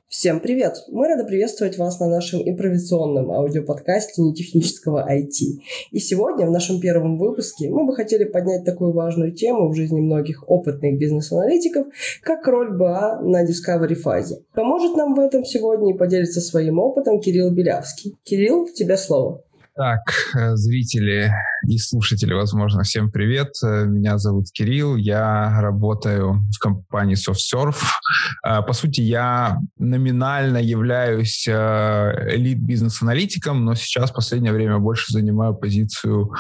Всем привет! Мы рады приветствовать вас на нашем импровизационном аудиоподкасте нетехнического IT. И сегодня в нашем первом выпуске мы бы хотели поднять такую важную тему в жизни многих опытных бизнес-аналитиков, как роль БА на Discovery фазе. Поможет нам в этом сегодня и поделится своим опытом Кирилл Белявский. Кирилл, тебе слово. Так, зрители и слушатели, возможно, всем привет. Меня зовут Кирилл, я работаю в компании SoftServe. По сути, я номинально являюсь лид-бизнес-аналитиком, но сейчас в последнее время больше занимаю позицию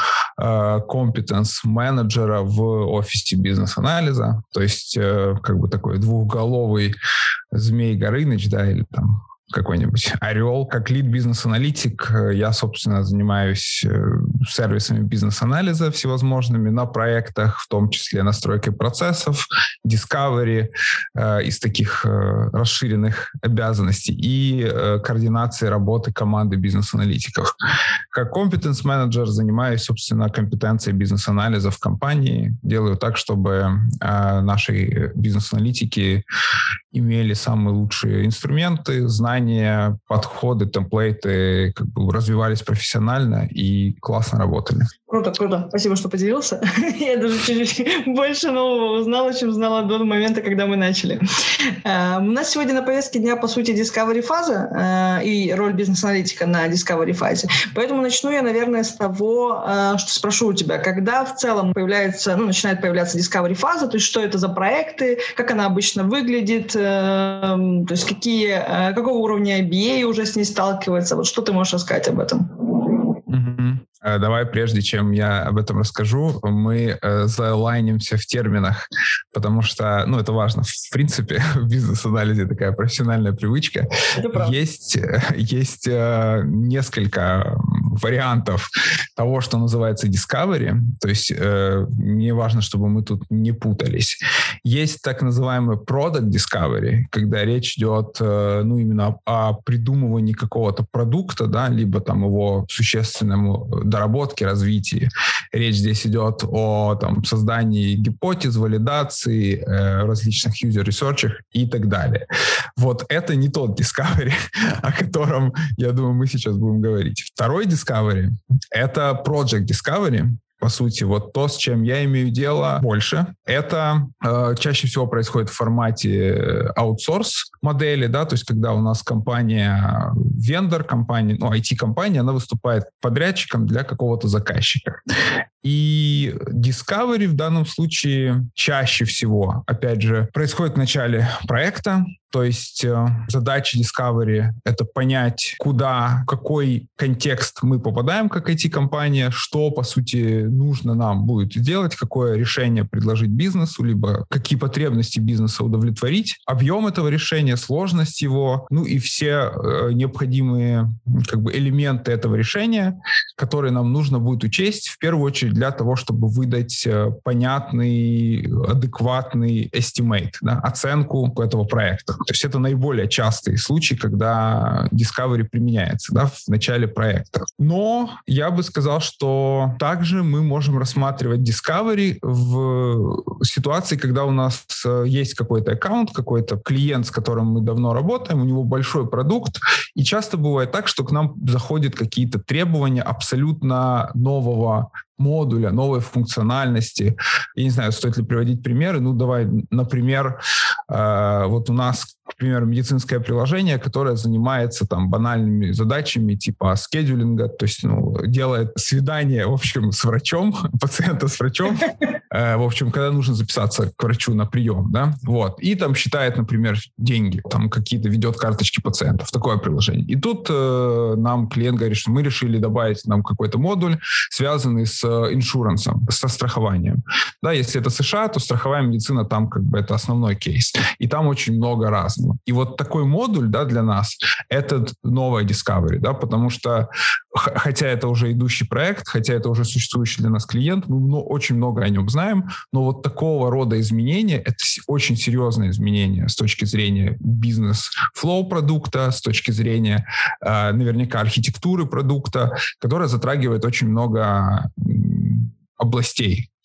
компетенс-менеджера в офисе бизнес-анализа. То есть, как бы такой двухголовый Змей Горыныч, да, или там какой-нибудь орел. Как лид-бизнес-аналитик я, собственно, занимаюсь сервисами бизнес-анализа всевозможными на проектах, в том числе настройкой процессов, discovery из таких расширенных обязанностей и координацией работы команды бизнес-аналитиков. Как компетенс-менеджер занимаюсь, собственно, компетенцией бизнес-анализа в компании. Делаю так, чтобы наши бизнес-аналитики имели самые лучшие инструменты, знания, подходы, темплейты, как бы развивались профессионально и классно работали. Круто. Спасибо, что поделился. Я даже чуть больше нового узнала, чем знала до момента, когда мы начали. У нас сегодня на повестке дня, по сути, Discovery фаза и роль бизнес-аналитика на Discovery фазе. Поэтому начну я, наверное, с того, что спрошу у тебя, когда в целом начинает появляться Discovery фаза, то есть что это за проекты, как она обычно выглядит, то есть какого уровня IBA уже с ней сталкивается, вот что ты можешь рассказать об этом? Давай, прежде чем я об этом расскажу, мы залайнимся в терминах, потому что, это важно. В принципе, в бизнес-анализе такая профессиональная привычка. Есть несколько вариантов того, что называется discovery, то есть мне важно, чтобы мы тут не путались. Есть так называемый product discovery, когда речь идет именно о придумывании какого-то продукта, да, либо там его существенному доработке, развитии. Речь здесь идет о создании гипотез, валидации, различных user-research и так далее. Вот это не тот discovery, о котором, я думаю, мы сейчас будем говорить. Второй discovery — это project discovery. По сути, вот то, с чем я имею дело больше, это чаще всего происходит в формате аутсорс-модели, да, то есть когда у нас компания, вендор, компания, IT-компания, она выступает подрядчиком для какого-то заказчика. И discovery в данном случае чаще всего, опять же, происходит в начале проекта. То есть задача discovery — это понять, куда, в какой контекст мы попадаем как IT-компания, что, по сути, нужно нам будет сделать, какое решение предложить бизнесу, либо какие потребности бизнеса удовлетворить, объем этого решения, сложность его, и все необходимые элементы этого решения, которые нам нужно будет учесть, в первую очередь для того, чтобы выдать понятный, адекватный estimate, да, оценку этого проекта. То есть это наиболее частый случай, когда discovery применяется, да, в начале проекта. Но я бы сказал, что также мы можем рассматривать discovery в ситуации, когда у нас есть какой-то аккаунт, какой-то клиент, с которым мы давно работаем, у него большой продукт, и часто бывает так, что к нам заходят какие-то требования абсолютно нового модуля, новой функциональности. Я не знаю, стоит ли приводить примеры. Давай, например, вот у нас, к примеру, медицинское приложение, которое занимается банальными задачами типа скедулинга, то есть, делает свидание, в общем, с врачом, пациента с врачом, в общем, когда нужно записаться к врачу на прием, да, вот, и считает, например, деньги, какие-то ведет карточки пациентов, такое приложение. И тут нам клиент говорит, что мы решили добавить нам какой-то модуль, связанный с иншурансом, со страхованием. Да, если это США, то страховая медицина там это основной кейс. И там очень много разного. И вот такой модуль, да, для нас — это новая discovery, да, потому что хотя это уже идущий проект, хотя это уже существующий для нас клиент, мы очень много о нем знаем, но вот такого рода изменения — это очень серьезные изменения с точки зрения бизнес-флоу продукта, с точки зрения наверняка архитектуры продукта, которая затрагивает очень много областей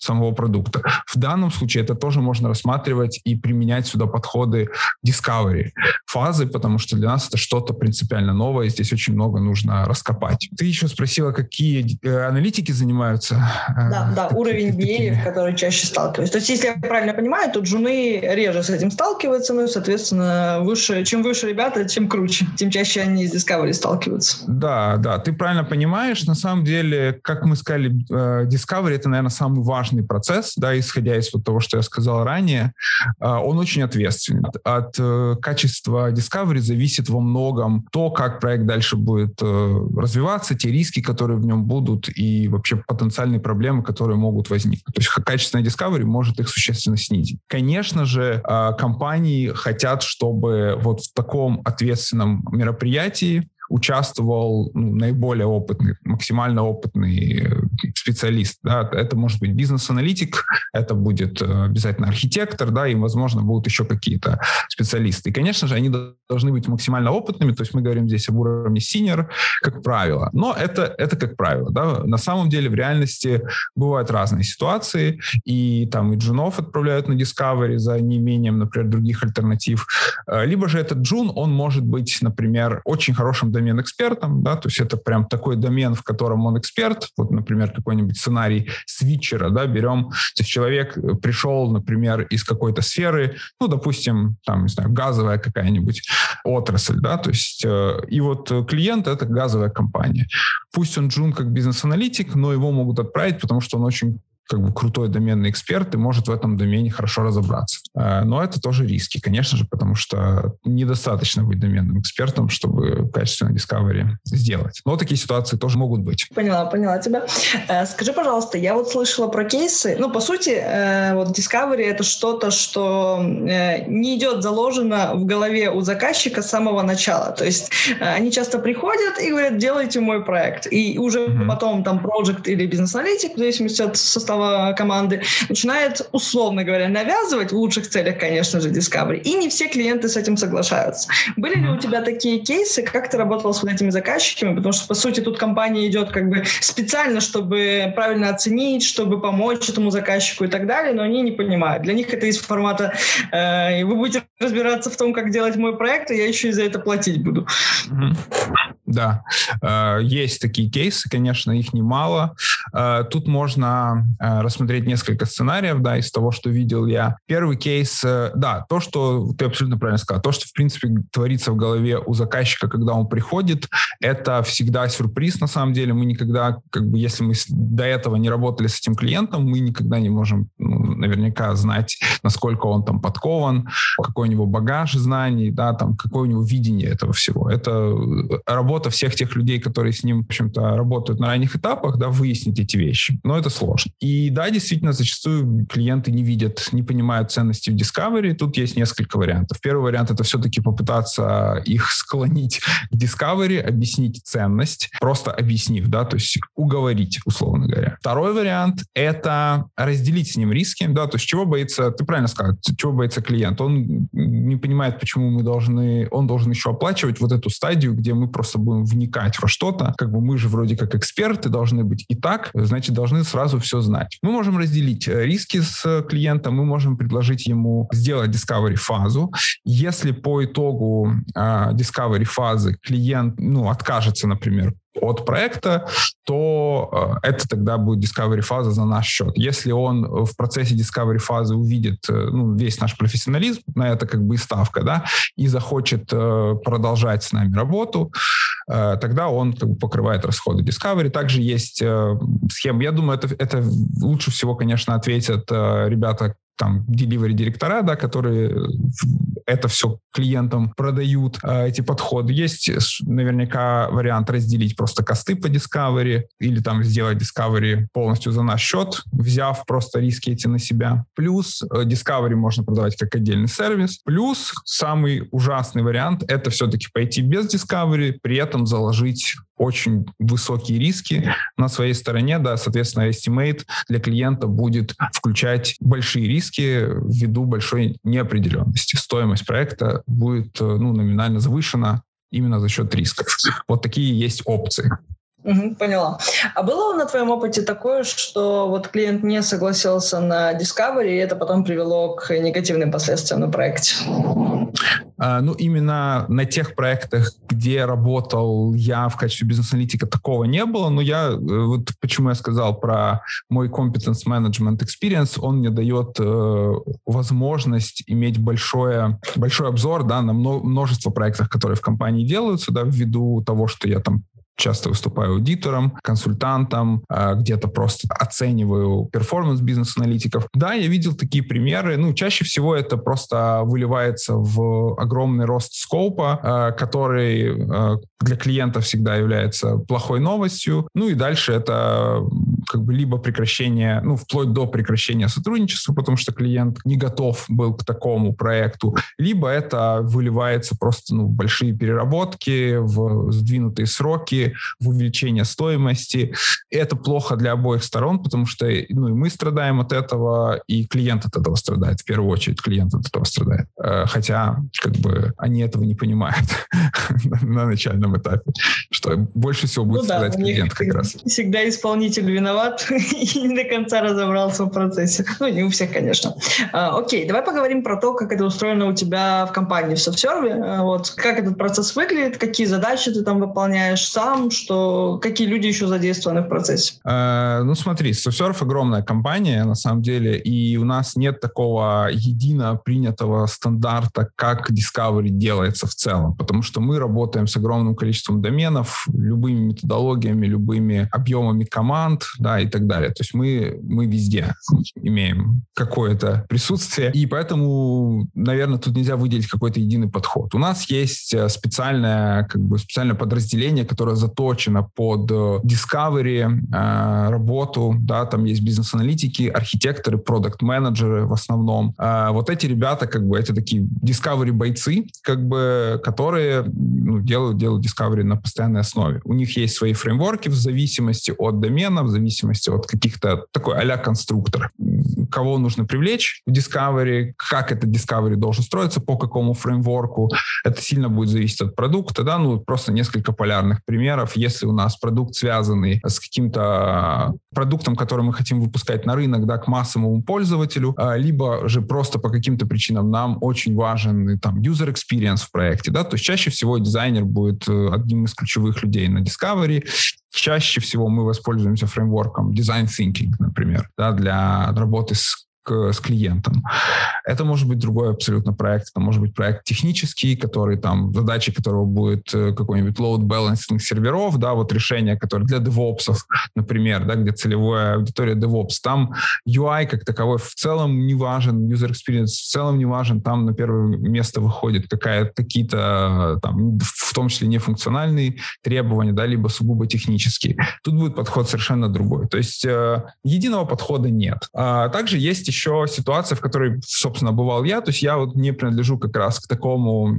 самого продукта. В данном случае это тоже можно рассматривать и применять сюда подходы discovery фазы, потому что для нас это что-то принципиально новое, здесь очень много нужно раскопать. Ты еще спросила, какие аналитики занимаются? Да, уровень BA, который чаще сталкиваются. То есть, если я правильно понимаю, то джуны реже с этим сталкиваются, ну и, соответственно, чем выше ребята, тем круче, тем чаще они с Discovery сталкиваются. Да, ты правильно понимаешь. На самом деле, как мы сказали, Discovery — это, наверное, самый важный процесс, да, исходя из вот того, что я сказал ранее. Он очень ответственен. От качества Discovery зависит во многом то, как проект дальше будет развиваться, те риски, которые в нем будут, и вообще потенциальные проблемы, которые могут возникнуть. То есть качественное Discovery может их существенно снизить. Конечно же, компании хотят, чтобы вот в таком ответственном мероприятии участвовал наиболее опытный, максимально опытный специалист. Да. Это может быть бизнес-аналитик, это будет обязательно архитектор, да, и, возможно, будут еще какие-то специалисты. И, конечно же, они должны быть максимально опытными, то есть мы говорим здесь об уровне senior, как правило. Но это как правило. Да. На самом деле в реальности бывают разные ситуации, и там и джунов отправляют на Discovery за неимением, например, других альтернатив. Либо же этот джун, он может быть, например, очень хорошим домен-экспертом, да, то есть это прям такой домен, в котором он эксперт, вот, например, какой-нибудь сценарий свитчера, да, берем, то есть человек пришел, например, из какой-то сферы, ну, допустим, там, не знаю, газовая какая-нибудь отрасль, да, то есть и вот клиент — это газовая компания. Пусть он джун как бизнес-аналитик, но его могут отправить, потому что он очень крутой доменный эксперт и может в этом домене хорошо разобраться. Но это тоже риски, конечно же, потому что недостаточно быть доменным экспертом, чтобы качественное Discovery сделать. Но такие ситуации тоже могут быть. Поняла тебя. Скажи, пожалуйста, я вот слышала про кейсы. Ну, по сути, вот Discovery — это что-то, что не идет заложено в голове у заказчика с самого начала. То есть они часто приходят и говорят: делайте мой проект. И уже потом там проект или бизнес-аналитик, в зависимости от состава команды, начинает, условно говоря, навязывать, в лучших целях, конечно же, Discovery. И не все клиенты с этим соглашаются. Были ли у тебя такие кейсы? Как ты работал с вот этими заказчиками? Потому что, по сути, тут компания идет как бы специально, чтобы правильно оценить, чтобы помочь этому заказчику и так далее, но они не понимают. Для них это из формата вы будете разбираться в том, как делать мой проект, и я еще и за это платить буду. Да, есть такие кейсы, конечно, их немало. Тут можно рассмотреть несколько сценариев, да, из того, что видел я. Первый кейс, да, то, что ты абсолютно правильно сказал, то, что, в принципе, творится в голове у заказчика, когда он приходит, это всегда сюрприз, на самом деле. Мы никогда, как бы, если мы до этого не работали с этим клиентом, мы никогда не можем наверняка знать, насколько он там подкован, какой у него багаж знаний, да, там, какое у него видение этого всего. Это работа всех тех людей, которые с ним, в общем-то, работают на ранних этапах, да, выяснить эти вещи. Но это сложно. И да, действительно, зачастую клиенты не видят, не понимают ценности в Discovery. Тут есть несколько вариантов. Первый вариант — это все-таки попытаться их склонить к Discovery, объяснить ценность, просто объяснив, да, то есть уговорить, условно говоря. Второй вариант — это разделить с ним риски, да, то есть чего боится, ты правильно сказал, чего боится клиент. Он не понимает, почему он должен еще оплачивать вот эту стадию, где мы просто будем вникать во что-то. Как бы мы же вроде как эксперты должны быть и так, значит, должны сразу все знать. Мы можем разделить риски с клиентом, мы можем предложить ему сделать Discovery фазу. Если по итогу Discovery фазы клиент, откажется, например, от проекта, то это тогда будет Discovery фаза за наш счет. Если он в процессе Discovery фазы увидит весь наш профессионализм, на это как бы и ставка, да, и захочет продолжать с нами работу, тогда он как бы покрывает расходы Discovery. Также есть схема. Я думаю, это лучше всего, конечно, ответят ребята, там, delivery-директора, да, которые это все клиентам продают, эти подходы. Есть наверняка вариант разделить просто косты по Discovery или там сделать Discovery полностью за наш счет, взяв просто риски эти на себя. Плюс Discovery можно продавать как отдельный сервис. Плюс самый ужасный вариант — это все-таки пойти без Discovery, при этом заложить очень высокие риски на своей стороне, да, соответственно, estimate для клиента будет включать большие риски ввиду большой неопределенности. Стоимость проекта будет номинально завышена именно за счет рисков. Вот такие есть опции. Поняла. А было на твоем опыте такое, что вот клиент не согласился на Discovery, и это потом привело к негативным последствиям на проекте? Именно на тех проектах, где работал я в качестве бизнес-аналитика, такого не было. Но вот почему я сказал про мой Competence Management Experience, он мне дает возможность иметь большой обзор, да, на множество проектов, которые в компании делаются, да, ввиду того, что я там часто выступаю аудитором, консультантом, где-то просто оцениваю перформанс бизнес-аналитиков. Да, я видел такие примеры. Чаще всего это просто выливается в огромный рост скоупа, который для клиента всегда является плохой новостью. И дальше это либо прекращение, вплоть до прекращения сотрудничества, потому что клиент не готов был к такому проекту, либо это выливается просто в большие переработки, в сдвинутые сроки, в увеличение стоимости. И это плохо для обоих сторон, потому что и мы страдаем от этого, и клиент от этого страдает. В первую очередь клиент от этого страдает. Хотя они этого не понимают на начальном этапе, что больше всего будет страдать клиент как раз. Всегда исполнитель виноват и не до конца разобрался в процессе. Не у всех, конечно. Окей, давай поговорим про то, как это устроено у тебя в компании в SoftServe. Вот как этот процесс выглядит, какие задачи ты там выполняешь сам, какие люди еще задействованы в процессе? Смотри, SoftServe огромная компания, на самом деле, и у нас нет такого едино принятого стандарта, как Discovery делается в целом, потому что мы работаем с огромным количеством доменов, любыми методологиями, любыми объемами команд, да, и так далее. То есть мы везде имеем какое-то присутствие, и поэтому, наверное, тут нельзя выделить какой-то единый подход. У нас есть специальное подразделение, которое заточено под Discovery, работу, да, там есть бизнес-аналитики, архитекторы, продакт-менеджеры в основном. Вот эти ребята, это такие Discovery-бойцы, которые делают Discovery на постоянной основе. У них есть свои фреймворки в зависимости от домена, в зависимости от каких-то, такой а-ля конструктор. Кого нужно привлечь в Discovery, как этот Discovery должен строиться, по какому фреймворку. Это сильно будет зависеть от продукта, да, просто несколько полярных примеров. Если у нас продукт, связанный с каким-то продуктом, который мы хотим выпускать на рынок, да, к массовому пользователю, либо же просто по каким-то причинам нам очень важен user experience в проекте, да, то есть чаще всего дизайнер будет одним из ключевых людей на Discovery. Чаще всего мы воспользуемся фреймворком Design Thinking, например, да, для работы с клиентом. Это может быть другой абсолютно проект. Это может быть проект технический, который задачей которого будет какой-нибудь load balancing серверов, да, вот решение, которое для DevOps, например, да, где целевая аудитория DevOps. Там UI как таковой в целом не важен, user experience в целом не важен. Там на первое место выходят какие-то в том числе нефункциональные требования, да, либо сугубо технические. Тут будет подход совершенно другой. То есть единого подхода нет. Также есть еще ситуация, в которой, собственно, бывал я. То есть я не принадлежу как раз к такому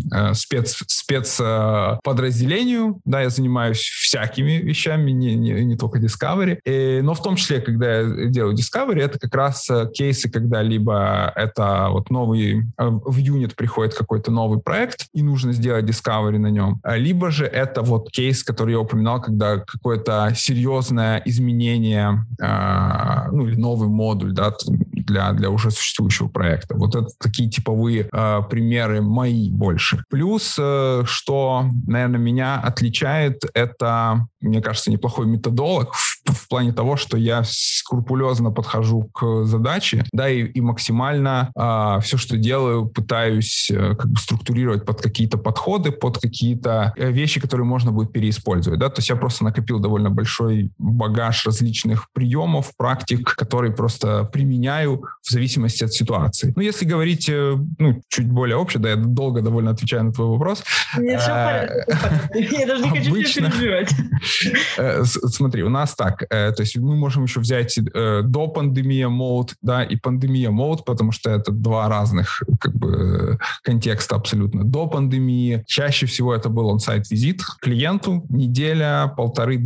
спецподразделению. Да, я занимаюсь всякими вещами, не только Discovery. Но в том числе, когда я делаю Discovery, это как раз кейсы, когда либо это новый в юнит приходит какой-то новый проект, и нужно сделать Discovery на нем. Либо же это кейс, который я упоминал, когда какое-то серьезное изменение, или новый модуль, да, для уже существующего проекта. Вот это такие типовые примеры мои больше. Плюс, что, наверное, меня отличает, это, мне кажется, неплохой методолог в плане того, что я скрупулезно подхожу к задаче, да, и максимально все, что делаю, пытаюсь структурировать под какие-то подходы, под какие-то вещи, которые можно будет переиспользовать, да, то есть я просто накопил довольно большой багаж различных приемов, практик, которые просто применяю в зависимости от ситуации. Если говорить, чуть более общее, да, я долго довольно отвечаю на твой вопрос. Нет, все в порядке. Я даже не хочу тебя переживать. Смотри, у нас так, то есть мы можем еще взять до пандемия мод, да, и пандемия мод, потому что это два разных контекста абсолютно. До пандемии чаще всего это был он-сайт визит к клиенту, неделя, 1,5-2,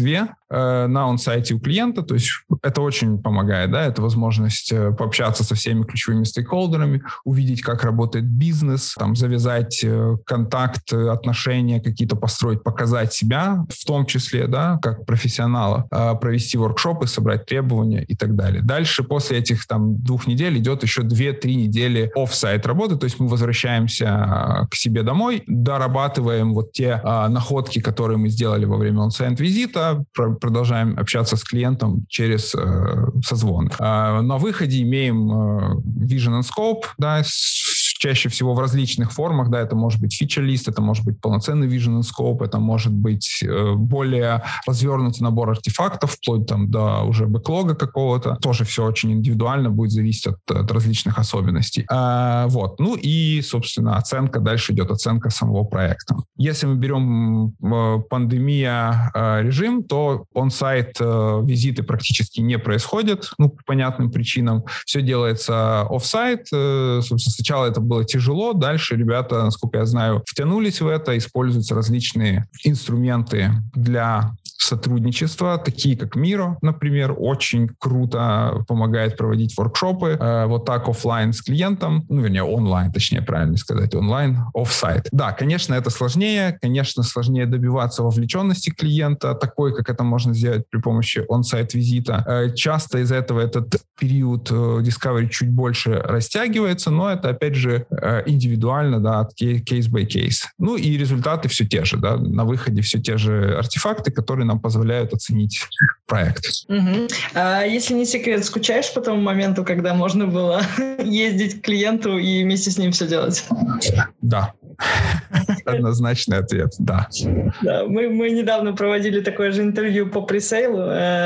на он-сайте у клиента, то есть это очень помогает, да, это возможность пообщаться со всеми ключевыми стейкхолдерами, увидеть, как работает бизнес, там, завязать контакт, отношения какие-то построить, показать себя, в том числе, да, как профессионала, провести воркшопы, собрать требования и так далее. Дальше, после этих там 2 недель, идет еще 2-3 недели оффсайт работы, то есть мы возвращаемся к себе домой, дорабатываем вот те находки, которые мы сделали во время он-сайт визита, продолжаем общаться с клиентом через созвон. На выходе имеем Vision and Scope, да, чаще всего в различных формах, да, это может быть фичер-лист, это может быть полноценный Vision and Scope, это может быть более развернутый набор артефактов, вплоть там до уже бэклога какого-то. Тоже все очень индивидуально, будет зависеть от различных особенностей. Вот. Ну и, собственно, оценка, дальше идет оценка самого проекта. Если мы берем пандемия режим, то он-сайт визиты практически не происходят, ну, по понятным причинам. Все делается оффсайт. Собственно, сначала это было тяжело, дальше ребята, насколько я знаю, втянулись в это, используются различные инструменты для сотрудничества, такие как Miro, например, очень круто помогает проводить воркшопы, вот так офлайн с клиентом, ну, вернее, онлайн, точнее, правильно сказать, онлайн, офсайт. Да, конечно, это сложнее, конечно, сложнее добиваться вовлеченности клиента, такой, как это можно сделать при помощи он-сайт визита. Часто из-за этого этот период discovery чуть больше растягивается, но это, опять же, индивидуально, да, case by case. Ну, и результаты все те же, да, на выходе все те же артефакты, которые нам позволяют оценить проект. Угу. А если не секрет, скучаешь по тому моменту, когда можно было ездить к клиенту и вместе с ним все делать? Да. Однозначный ответ, да. Да, мы недавно проводили такое же интервью по пресейлу,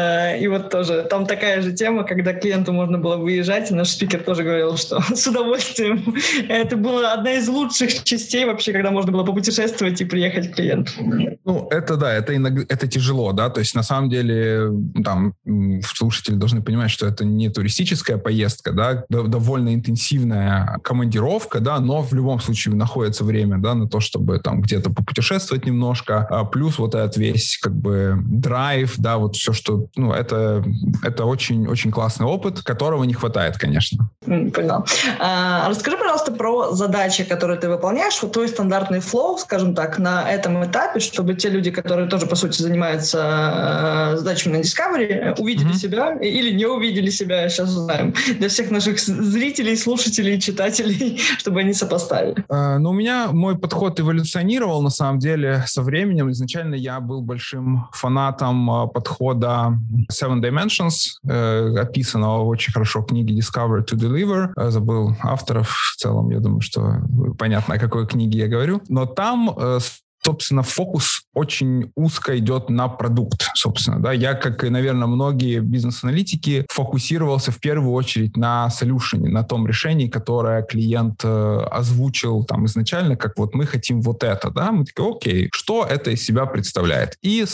и вот тоже там такая же тема, когда клиенту можно было выезжать, и наш спикер тоже говорил, что с удовольствием. Это была одна из лучших частей вообще, когда можно было попутешествовать и приехать к клиенту. Ну, это да, это тяжело, да, то есть на самом деле там слушатели должны понимать, что это не туристическая поездка, да, довольно интенсивная командировка, да, но в любом случае находится время, да, на то, чтобы там где-то попутешествовать немножко, плюс вот этот весь как бы драйв, да, вот все, что, ну, это очень-очень классный опыт, которого не хватает, конечно. Понял. Расскажи, пожалуйста, про задачи, которые ты выполняешь, вот твой стандартный флоу, скажем так, на этом этапе, чтобы те люди, которые тоже, по сути, занимаются задачами на Discovery, увидели себя или не увидели себя, сейчас узнаем, для всех наших зрителей, слушателей, читателей, чтобы они сопоставили. Ну, у меня мой подход эволюционировал, на самом деле, со временем. Изначально я был большим фанатом подхода Seven Dimensions, описанного очень хорошо в книге Discover to Deliver. Забыл авторов в целом, я думаю, что понятно, о какой книге я говорю. Но там собственно, фокус очень узко идет на продукт, собственно. Да? Я, как и, наверное, многие бизнес-аналитики, фокусировался в первую очередь на солюшене, на том решении, которое клиент озвучил там изначально, как вот мы хотим вот это. Да? Мы такие, окей, что это из себя представляет? И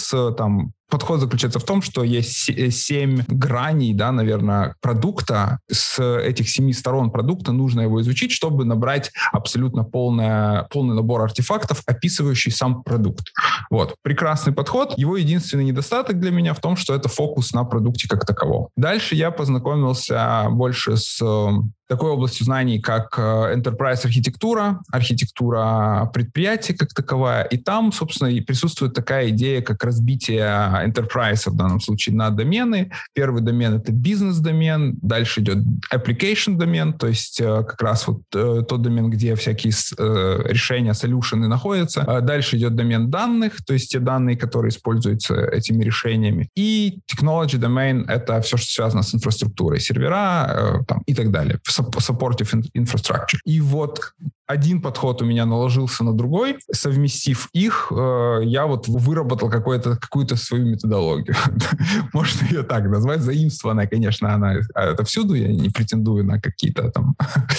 подход заключается в том, что есть 7 граней, да, наверное, продукта. С этих 7 сторон продукта нужно его изучить, чтобы набрать абсолютно полный набор артефактов, описывающий сам продукт. Вот. Прекрасный подход. Его единственный недостаток для меня в том, что это фокус на продукте как таковом. Дальше я познакомился больше с такой областью знаний, как enterprise архитектура, архитектура предприятия как таковая. И там, собственно, и присутствует такая идея, как разбитие enterprise в данном случае на домены. Первый домен — это бизнес-домен, дальше идет application-домен, то есть как раз вот тот домен, где всякие решения, солюшены находятся. Дальше идет домен данных, то есть те данные, которые используются этими решениями. И technology-домен — это все, что связано с инфраструктурой, сервера там, и так далее. Supportive infrastructure. И вот один подход у меня наложился на другой. Совместив их, я вот выработал какую-то свою методологию. Можно ее так назвать. Заимствованная, конечно, она отовсюду. Я не претендую на какие-то там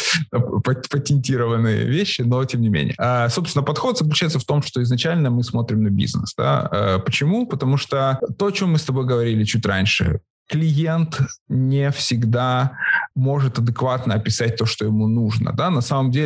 патентированные вещи, но тем не менее. Собственно, подход заключается в том, что изначально мы смотрим на бизнес. Да? Почему? Потому что то, о чем мы с тобой говорили чуть раньше, клиент не всегда может адекватно описать то, что ему нужно. Да? На самом деле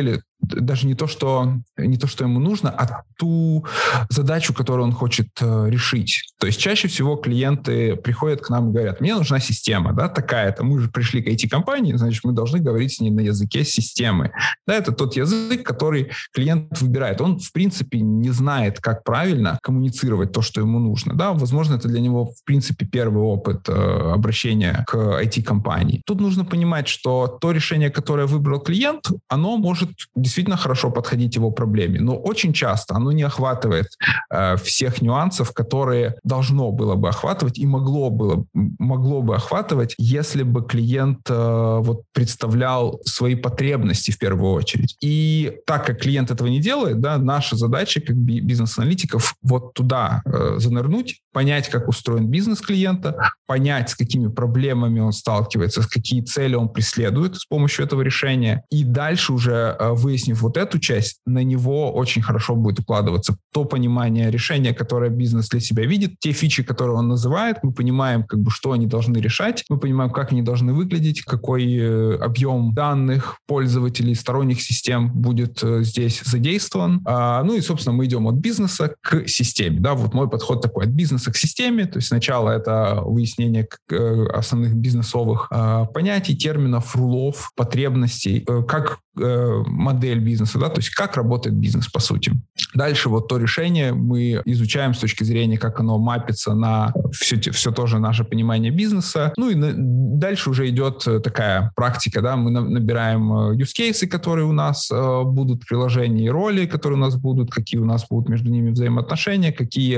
даже не то, что ему нужно, а ту задачу, которую он хочет решить. То есть чаще всего клиенты приходят к нам и говорят: мне нужна система, да, такая-то. Мы же пришли к IT-компании, значит, мы должны говорить с ней на языке системы. Да, это тот язык, который клиент выбирает. Он, в принципе, не знает, как правильно коммуницировать то, что ему нужно. Да, возможно, это для него, в принципе, первый опыт обращения к IT-компании. Тут нужно понимать, что то решение, которое выбрал клиент, оно может действительно хорошо подходить его проблеме, но очень часто оно не охватывает всех нюансов, которые должно было бы охватывать и могло бы охватывать, если бы клиент представлял свои потребности в первую очередь. И так как клиент этого не делает, да, наша задача как бизнес-аналитиков вот туда занырнуть, понять, как устроен бизнес клиента, понять, с какими проблемами он сталкивается, с какие цели он преследует с помощью этого решения. И дальше уже, выяснив вот эту часть, на него очень хорошо будет укладываться то понимание решения, которое бизнес для себя видит, те фичи, которые он называет, мы понимаем, что они должны решать, мы понимаем, как они должны выглядеть, какой объем данных пользователей, сторонних систем будет здесь задействован. И, собственно, мы идем от бизнеса к системе. Да, вот мой подход такой: от бизнеса к системе. То есть сначала это выяснение основных бизнесовых понятий, терминов, рулов, потребностей, как модель бизнеса, да, то есть как работает бизнес, по сути. Дальше вот то решение мы изучаем с точки зрения, как оно мапится на все тоже наше понимание бизнеса. И дальше уже идет такая практика, да, мы набираем use cases, которые у нас будут в приложении, роли, которые у нас будут, какие у нас будут между ними взаимоотношения,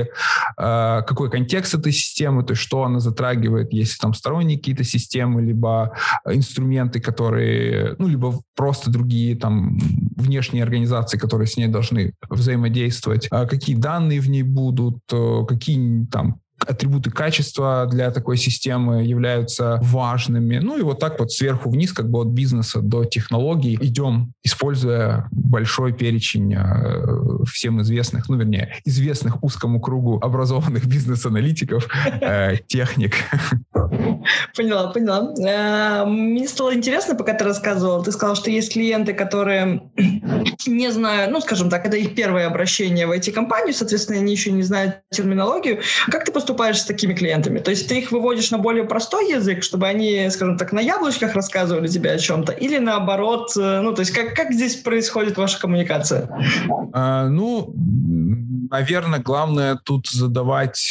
какой контекст этой системы, то есть что она затрагивает, если там сторонние какие-то системы, либо инструменты, которые, либо просто другие там внешние организации, которые с ней должны взаимодействовать, какие данные в ней будут, какие там атрибуты качества для такой системы являются важными. И вот так вот сверху вниз, от бизнеса до технологий идем, используя большой перечень всем известных, известных узкому кругу образованных бизнес-аналитиков, техник. Поняла. Мне стало интересно, пока ты рассказывал. Ты сказал, что есть клиенты, которые не знают, скажем так, это их первое обращение в IT-компанию, соответственно, они еще не знают терминологию. Как ты поступаешь с такими клиентами? То есть ты их выводишь на более простой язык, чтобы они, скажем так, на яблочках рассказывали тебе о чем-то, или наоборот, то есть как здесь происходит ваша коммуникация? Наверное, главное тут задавать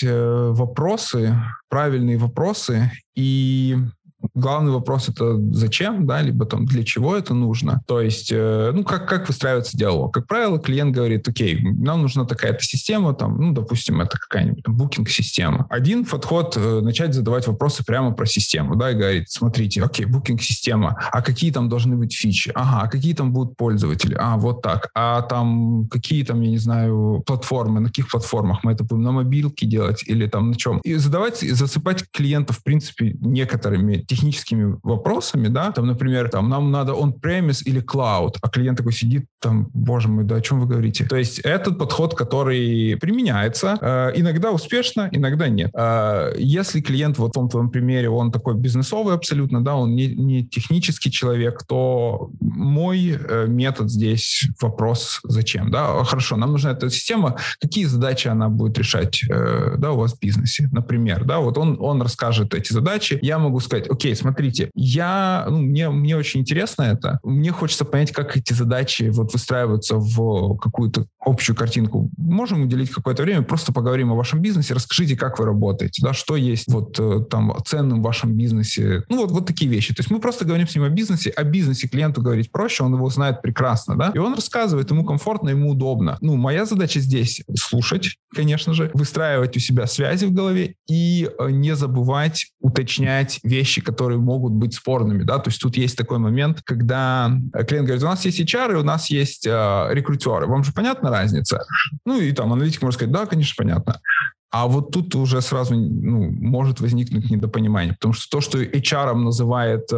правильные вопросы, и главный вопрос — это зачем, да, либо там для чего это нужно. То есть, как выстраивается диалог. Как правило, клиент говорит: окей, нам нужна такая-то система, там, допустим, это какая-нибудь букинг-система. Один подход — начать задавать вопросы прямо про систему, да, и говорить: смотрите, окей, букинг-система, а какие там должны быть фичи? Ага, а какие там будут пользователи? Вот так. А там какие там, я не знаю, платформы, на каких платформах мы это будем, на мобилке делать или там на чем? И засыпать клиентов, в принципе, некоторыми техническими вопросами, да, там, например, нам надо on-premise или cloud, а клиент такой сидит, там, боже мой, да о чем вы говорите? То есть этот подход, который применяется, иногда успешно, иногда нет. Если клиент, вот в том твоем примере, он такой бизнесовый абсолютно, да, он не технический человек, то мой метод здесь вопрос зачем, да, хорошо, нам нужна эта система, какие задачи она будет решать, да, у вас в бизнесе, например, да, вот он расскажет эти задачи, я могу сказать: окей, смотрите, мне очень интересно это. Мне хочется понять, как эти задачи выстраиваются в какую-то общую картинку. Можем уделить какое-то время, просто поговорим о вашем бизнесе, расскажите, как вы работаете, да, что есть там ценным в вашем бизнесе. Вот такие вещи. То есть мы просто говорим с ним о бизнесе клиенту говорить проще, он его знает прекрасно, да, и он рассказывает, ему комфортно, ему удобно. Моя задача здесь слушать, конечно же, выстраивать у себя связи в голове и не забывать уточнять вещи, которые могут быть спорными, да, то есть тут есть такой момент, когда клиент говорит: у нас есть HR, и у нас есть рекрутеры, вам же понятна разница? И там аналитик может сказать: да, конечно, понятно. А вот тут уже сразу может возникнуть недопонимание, потому что то, что HR-ом называет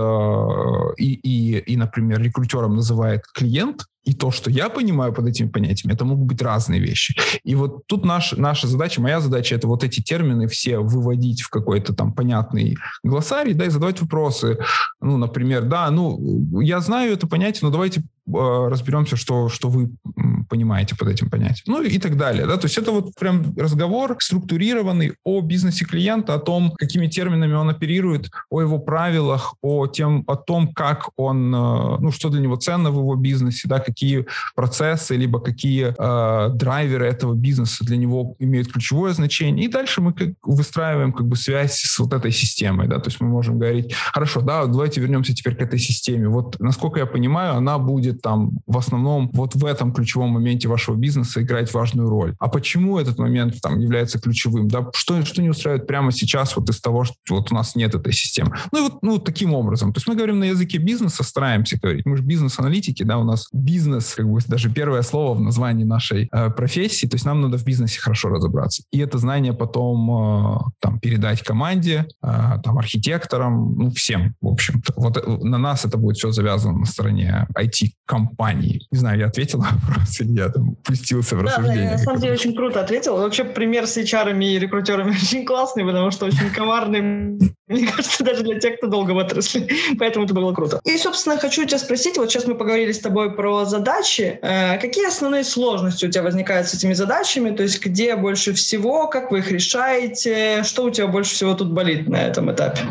и, например, рекрутером называет клиент, и то, что я понимаю под этими понятиями, это могут быть разные вещи. И вот тут наша задача, моя задача — это вот эти термины все выводить в какой-то там понятный глоссарий, да, и задавать вопросы. Например, да, я знаю это понятие, но давайте разберемся, что вы понимаете под этим понятием. Ну и так далее. Да? То есть это вот прям разговор структурированный о бизнесе клиента, о том, какими терминами он оперирует, о его правилах, о том, как он, что для него ценно в его бизнесе, да, какие процессы, либо какие драйверы этого бизнеса для него имеют ключевое значение. И дальше мы выстраиваем связь с вот этой системой. Да? То есть мы можем говорить, хорошо, да, давайте вернемся теперь к этой системе. Вот, насколько я понимаю, она будет там в основном вот в этом ключевом моменте вашего бизнеса играть важную роль. А почему этот момент там является ключевым? Да? Что не устраивает прямо сейчас вот из того, что вот у нас нет этой системы? Ну, таким образом. То есть мы говорим на языке бизнеса, стараемся говорить. Мы же бизнес-аналитики, да, у нас бизнес, даже первое слово в названии нашей профессии, то есть нам надо в бизнесе хорошо разобраться. И это знание потом передать команде, архитекторам, всем, в общем-то. Вот на нас это будет все завязано на стороне IT-компании. Не знаю, я ответил на вопрос или я пустился в рассуждение. Да, на самом деле очень круто ответил. Вообще пример с HR и рекрутерами очень классный, потому что очень коварный, мне кажется, даже для тех, кто долго в отрасли. Поэтому это было круто. И, собственно, хочу тебя спросить, вот сейчас мы поговорили с тобой про задачи. Какие основные сложности у тебя возникают с этими задачами? То есть где больше всего, как вы их решаете? Что у тебя больше всего тут болит на этом этапе?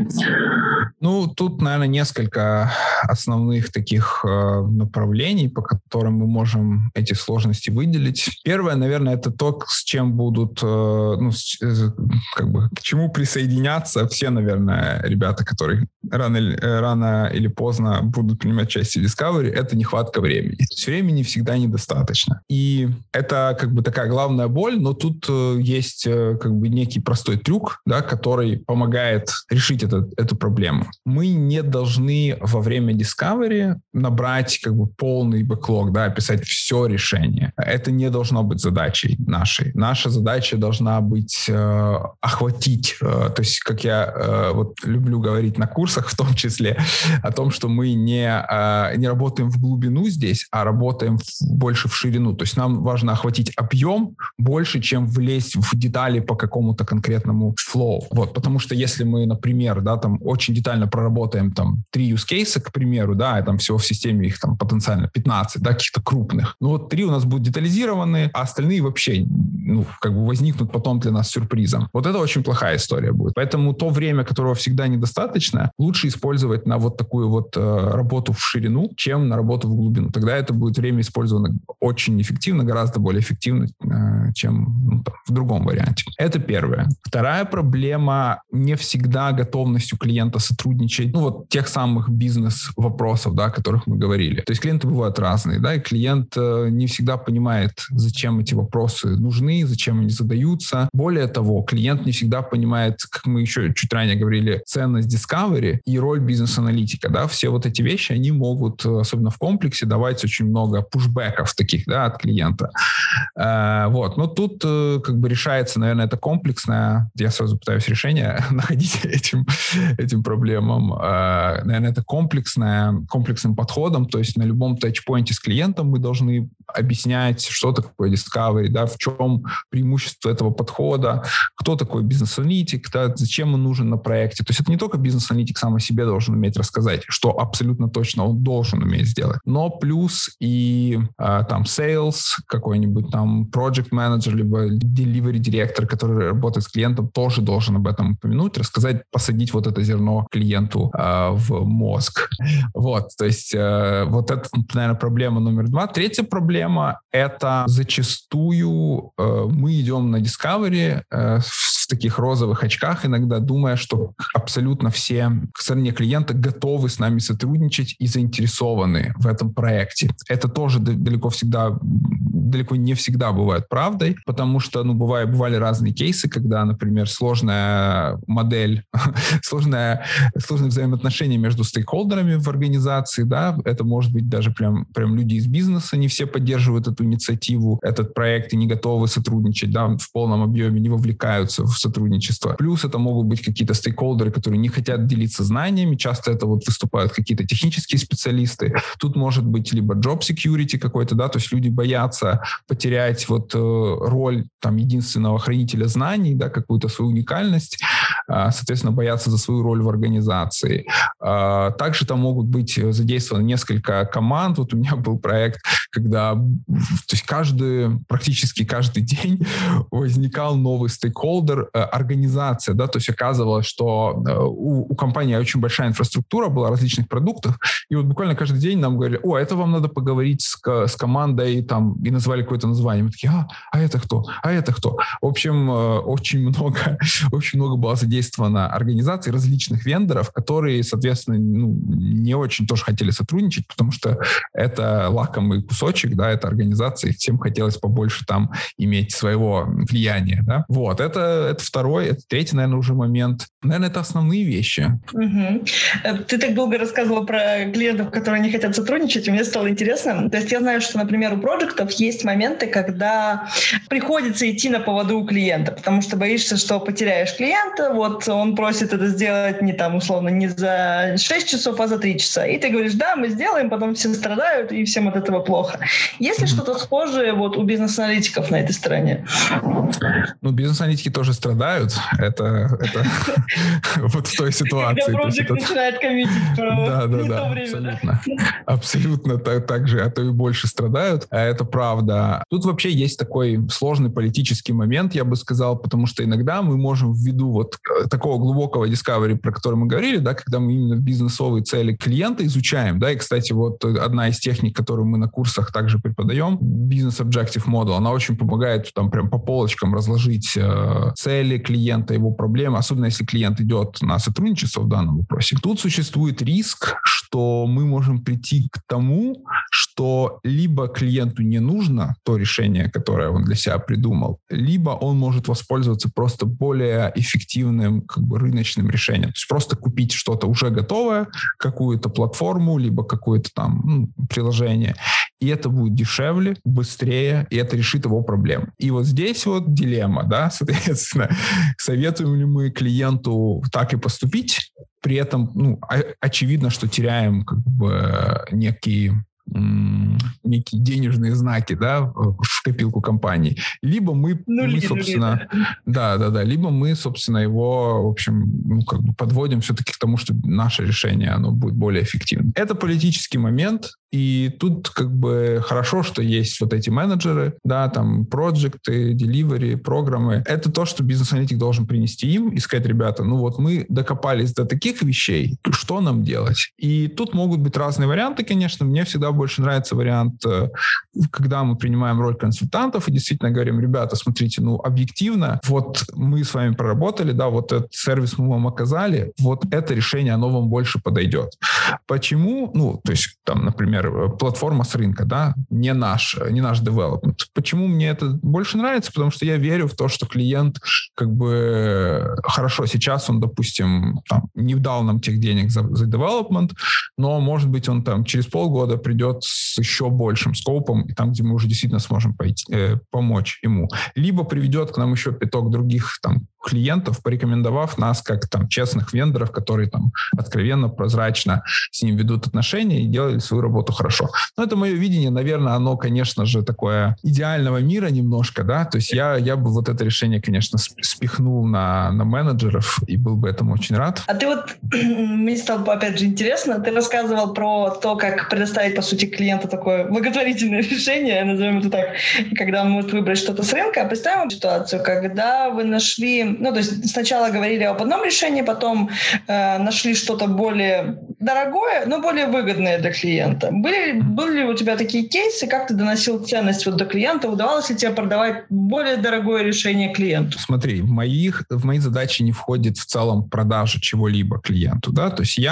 Тут, наверное, несколько основных таких направлений, по которым мы можем эти сложности выделить. Первое, наверное, это то, с чем будут, к чему присоединятся все, наверное, ребята, которые рано или поздно будут принимать участие в Discovery, это нехватка времени. То есть времени всегда недостаточно. И это такая главная боль, но тут есть некий простой трюк, да, который помогает решить эту проблему. Мы не должны во время Discovery набрать полный бэклог, да, описать все решение. Это не должно быть задачей нашей. Наша задача должна быть охватить, то есть, как я люблю говорить на курсах в том числе, о том, что мы не работаем в глубину здесь, а работаем больше в ширину. То есть нам важно охватить объем больше, чем влезть в детали по какому-то конкретному флоу. Вот, потому что если мы, например, да, очень детально проработаем 3 use cases, к примеру, да, и всего в системе их потенциально 15, да, каких-то крупных. 3 у нас будут детализированы, а остальные вообще, возникнут потом для нас сюрпризом. Вот это очень плохая история будет. Поэтому то время, которого всегда недостаточно, лучше использовать на вот такую работу в ширину, чем на работу в глубину. Тогда это будет время использовано очень эффективно, гораздо более эффективно, чем в другом варианте. Это первое. Вторая проблема — не всегда готовность у клиента сотрудничать, тех самых бизнес-вопросов, да, о которых мы говорили. То есть клиенты бывают разные, да, и клиент не всегда понимает, зачем эти вопросы нужны, зачем они задаются. Более того, клиент не всегда понимает, как мы еще чуть ранее говорили, ценность Discovery и роль бизнес-аналитика, да, все вот эти вещи, они могут, особенно в комплексе, давать очень много пушбэков таких, да, от клиента. Но тут решается, наверное, это комплексное, я сразу пытаюсь решение находить этим проблемам. Наверное, это комплексным подходом, то есть на любом тачпоинте с клиентом мы должны объяснять, что такое Discovery, да, в чем преимущество этого подхода, кто такой бизнес-аналитик, да, зачем он нужен на проекте. То есть это не только бизнес-аналитик сам о себе должен уметь рассказать, что абсолютно точно он должен уметь сделать, но плюс и sales, какой-нибудь project manager, либо delivery директор, который работает с клиентом, тоже должен об этом упомянуть, рассказать, посадить вот это зерно клиенту в мозг. То есть это, наверное, проблема номер 2. Третья проблема — это зачастую мы идем на Discovery в таких розовых очках, иногда думая, что абсолютно все к стороне клиента готовы с нами сотрудничать и заинтересованы в этом проекте. Это тоже далеко не всегда бывает правдой, потому что бывали разные кейсы, когда, например, сложная модель, сложные взаимоотношения между стейкхолдерами в организации, да, это может быть даже прям люди из бизнеса, не все поддерживают эту инициативу, этот проект и не готовы сотрудничать, да, в полном объеме, не вовлекаются в сотрудничество. Плюс это могут быть какие-то стейкхолдеры, которые не хотят делиться знаниями, часто это выступают какие-то технические специалисты. Тут может быть либо job security какой-то, да, то есть люди боятся потерять роль единственного хранителя знаний, да, какую-то свою уникальность. соответственно, боятся за свою роль в организации. Также там могут быть задействованы несколько команд. Вот у меня был проект, когда то есть практически каждый день возникал новый стейкхолдер, организация, да, то есть оказывалось, что у компании очень большая инфраструктура была различных продуктов, и вот буквально каждый день нам говорили: о, это вам надо поговорить с командой, там, и назвали какое-то название. Мы такие: а это кто? А это кто? В общем, очень много было задействовано организаций, различных вендоров, которые, соответственно, не очень тоже хотели сотрудничать, потому что это лакомый кусочек, да, это организации, всем хотелось побольше там иметь своего влияния, да. Вот, это второй, это третий, наверное, уже момент. Наверное, это основные вещи. Угу. Ты так долго рассказывала про клиентов, которые не хотят сотрудничать, и мне стало интересно. То есть я знаю, что, например, у проектов есть моменты, когда приходится идти на поводу у клиента, потому что боишься, что потеряешь клиента, вот он просит это сделать не там, условно, не за 6 часов, а за 3 часа. И ты говоришь: да, мы сделаем, потом все страдают, и всем от этого плохо. Есть ли что-то схожее вот у бизнес-аналитиков на этой стороне? Бизнес-аналитики тоже страдают. Это вот в той ситуации. Когда проект начинает коммитить про не то время. Абсолютно так же, а то и больше страдают. А это правда. Тут вообще есть такой сложный политический момент, я бы сказал, потому что иногда мы можем ввиду вот такого глубокого discovery, про который мы говорили, да, когда мы именно бизнесовые цели клиента изучаем, да, и, кстати, вот одна из техник, которую мы на курсах также преподаем, Business Objective Model, она очень помогает там прям по полочкам разложить цели клиента, его проблемы, особенно если клиент идет на сотрудничество в данном вопросе. Тут существует риск, что мы можем прийти к тому, что либо клиенту не нужно то решение, которое он для себя придумал, либо он может воспользоваться просто более эффективным рыночным решением. То есть просто купить что-то уже готовое, какую-то платформу, либо какое-то там приложение, и это будет дешевле, быстрее, и это решит его проблемы. И вот здесь вот дилемма, да, соответственно, советуем ли мы клиенту так и поступить, при этом, очевидно, что теряем некие денежные знаки, да, в копилку компании. Либо мы собственно, либо мы, собственно, его, в общем, подводим все-таки к тому, что наше решение, оно будет более эффективным. Это политический момент, и тут хорошо, что есть вот эти менеджеры, да, там, проекты, деливери, программы. Это то, что бизнес-аналитик должен принести им и сказать: ребята, мы докопались до таких вещей, что нам делать? И тут могут быть разные варианты, конечно. Мне всегда больше нравится вариант, когда мы принимаем роль консультантов и действительно говорим: ребята, смотрите, объективно, вот мы с вами проработали, да, вот этот сервис мы вам оказали, вот это решение, оно вам больше подойдет. Почему? То есть, там, например, платформа с рынка, да, не наш development. Почему мне это больше нравится? Потому что я верю в то, что клиент хорошо, сейчас он, допустим, там, не дал нам тех денег за development, но, может быть, он там через полгода придет с еще большим скопом, и там, где мы уже действительно сможем помочь ему. Либо приведет к нам еще пяток других там клиентов, порекомендовав нас как там честных вендоров, которые там откровенно, прозрачно с ним ведут отношения и делали свою работу хорошо. Но это мое видение, наверное, оно, конечно же, такое идеального мира немножко, да, то есть я бы вот это решение, конечно, спихнул на менеджеров и был бы этому очень рад. А ты мне стало, опять же, интересно, ты рассказывал про то, как предоставить, по сути, клиенту такое благотворительное решение, назовем это так, когда он может выбрать что-то с рынка. А представим ситуацию, когда вы нашли, то есть сначала говорили об одном решении, потом нашли что-то более дорогое, но более выгодное для клиента. Были ли у тебя такие кейсы, как ты доносил ценность до клиента? Удавалось ли тебе продавать более дорогое решение клиенту? Смотри, в мои задачи не входит в целом продажа чего-либо клиенту, да, то есть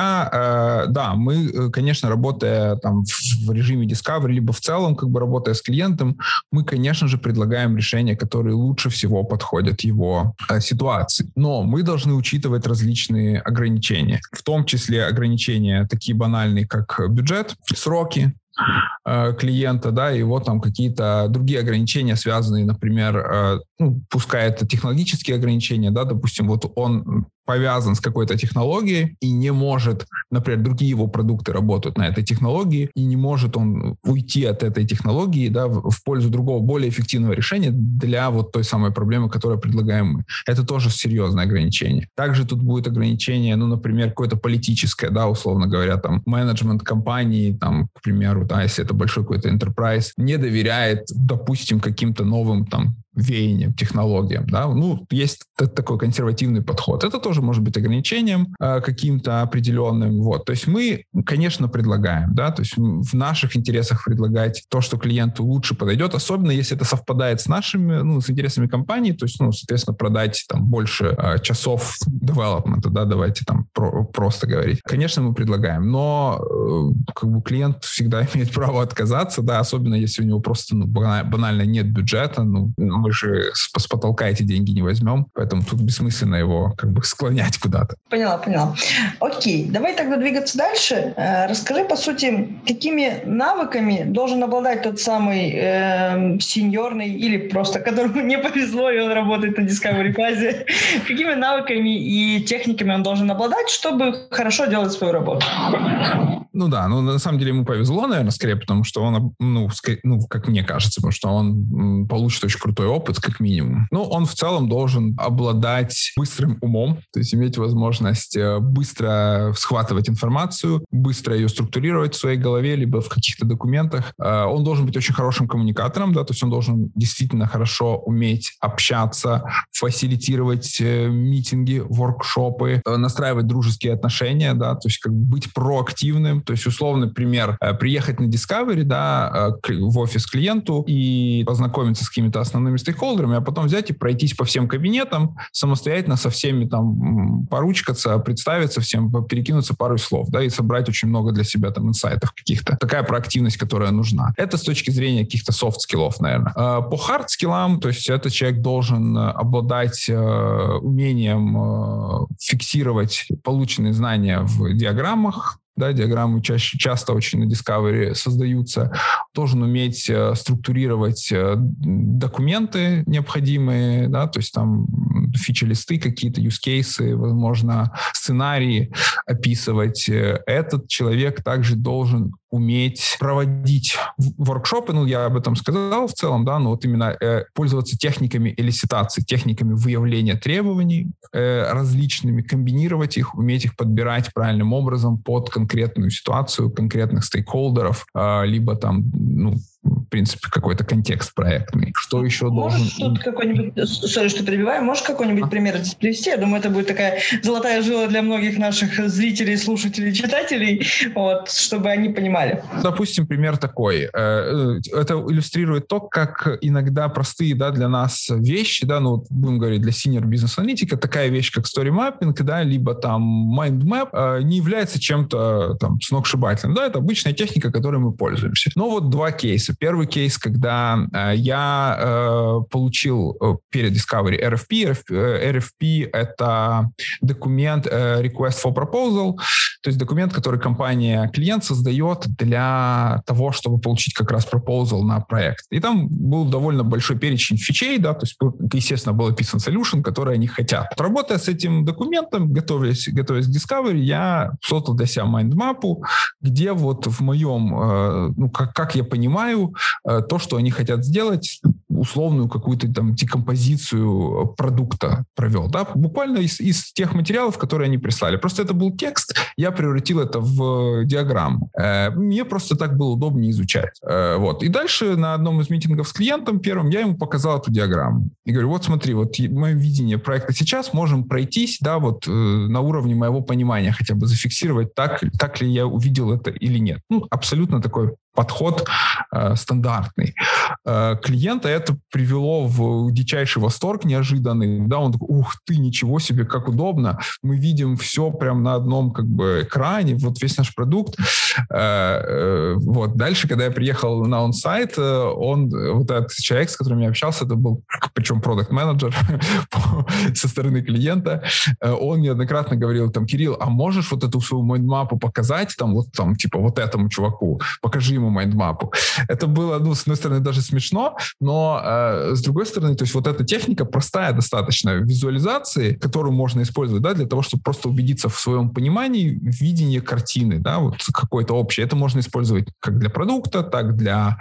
мы, конечно, работая там в режиме Discovery, либо в целом, работая с клиентом, мы, конечно же, предлагаем решения, которые лучше всего подходят его ситуации. Но мы должны учитывать различные ограничения, в том числе ограничения такие банальные, как бюджет, сроки клиента, да, и вот там какие-то другие ограничения, связанные, например, пускай это технологические ограничения, да, допустим, вот он повязан с какой-то технологией и не может, например, другие его продукты работают на этой технологии, и не может он уйти от этой технологии, да, в пользу другого, более эффективного решения для вот той самой проблемы, которую предлагаем мы. Это тоже серьезное ограничение. Также тут будет ограничение, ну, например, какое-то политическое, да, условно говоря, там, менеджмент компании, там, к примеру, да, если это большой какой-то enterprise, не доверяет, допустим, каким-то новым, там, веяниям, технологиям, да, ну, есть такой консервативный подход. Это тоже может быть ограничением каким-то определенным, вот. То есть мы, конечно, предлагаем, да, то есть в наших интересах предлагать то, что клиенту лучше подойдет, особенно если это совпадает с нашими, ну, с интересами компании, то есть, ну, соответственно, продать там больше часов девелопмента, да, давайте там просто говорить. Конечно, мы предлагаем, но как бы клиент всегда имеет право отказаться, да, особенно если у него просто, ну, банально нет бюджета, ну, мы же с потолка эти деньги не возьмем, поэтому тут бессмысленно его как бы склонять куда-то. Поняла. Окей, давай тогда двигаться дальше. Расскажи, по сути, какими навыками должен обладать тот самый сеньорный или просто которому не повезло, и он работает на Discovery фазе. Какими навыками и техниками он должен обладать, чтобы хорошо делать свою работу? Ну да, ну на самом деле ему повезло, наверное, скорее, потому что он, ну, как мне кажется, потому что он получит очень крутой опыт, как минимум. Ну, он в целом должен обладать быстрым умом, то есть иметь возможность быстро схватывать информацию, быстро ее структурировать в своей голове, либо в каких-то документах. Он должен быть очень хорошим коммуникатором, да, то есть он должен действительно хорошо уметь общаться, фасилитировать митинги, воркшопы, настраивать дружеские отношения, да, то есть как бы быть проактивным. То есть, условный пример, приехать на Discovery, да, в офис клиенту и познакомиться с какими-то основными стейкхолдерами, а потом взять и пройтись по всем кабинетам, самостоятельно со всеми там поручкаться, представиться всем, перекинуться пару слов, да, и собрать очень много для себя там инсайтов каких-то. Такая проактивность, которая нужна. Это с точки зрения каких-то софт-скиллов, наверное. По хард-скиллам, то есть этот человек должен обладать умением фиксировать полученные знания в диаграммах, да, диаграммы часто очень на Discovery создаются. Должен уметь структурировать документы необходимые, да, то есть там фичи-листы какие-то, use-кейсы, возможно, сценарии описывать. Этот человек также должен уметь проводить воркшопы, ну, я об этом сказал в целом, да, но вот именно пользоваться техниками элиситации, техниками выявления требований различными, комбинировать их, уметь их подбирать правильным образом под конкретную ситуацию, конкретных стейкхолдеров, либо там, ну, в принципе, какой-то контекст проектный. Что еще можешь должен... тут какой-нибудь, сори, что перебиваю, можешь какой-нибудь пример здесь привести? Я думаю, это будет такая золотая жила для многих наших зрителей, слушателей, читателей, вот, чтобы они понимали. Допустим, пример такой. Это иллюстрирует то, как иногда простые, да, для нас вещи, да, ну, будем говорить, для senior бизнес-аналитика, такая вещь, как story mapping, да, либо там mind map, не является чем-то там сногсшибательным. Да, это обычная техника, которой мы пользуемся. Но вот два кейса. Первый кейс, когда я получил перед Discovery RFP. RFP — это документ Request for Proposal, то есть документ, который компания-клиент создает для того, чтобы получить как раз proposal на проект. И там был довольно большой перечень фичей, да, то есть, естественно, был описан solution, который они хотят. Работая с этим документом, готовясь к Discovery, я создал для себя майндмапу, где вот в моем, ну, как я понимаю, то, что они хотят сделать, условную какую-то там декомпозицию продукта провел, да, буквально из тех материалов, которые они прислали. Просто это был текст, я превратил это в диаграмму. Мне просто так было удобнее изучать. Вот. И дальше на одном из митингов с клиентом первым я ему показал эту диаграмму. И говорю, вот смотри, вот мое видение проекта сейчас, можем пройтись, да, вот на уровне моего понимания хотя бы зафиксировать, так ли я увидел это или нет. Ну, абсолютно такой подход стандартный. Клиента это привело в дичайший восторг неожиданный. Да, он такой, ух ты, ничего себе, как удобно. Мы видим все прям на одном как бы экране, вот весь наш продукт. Вот. Дальше, когда я приехал на он-сайт, вот этот человек, с которым я общался, это был, причем продакт-менеджер со стороны клиента, он неоднократно говорил, там, Кирилл, а можешь вот эту свою майндмапу показать, там, вот там, типа, вот этому чуваку, покажи ему видимо, майндмапу. Это было, ну, с одной стороны, даже смешно, но с другой стороны, то есть вот эта техника простая достаточно визуализации, которую можно использовать, да, для того, чтобы просто убедиться в своем понимании, в видении картины, да, вот какой-то общий. Это можно использовать как для продукта, так для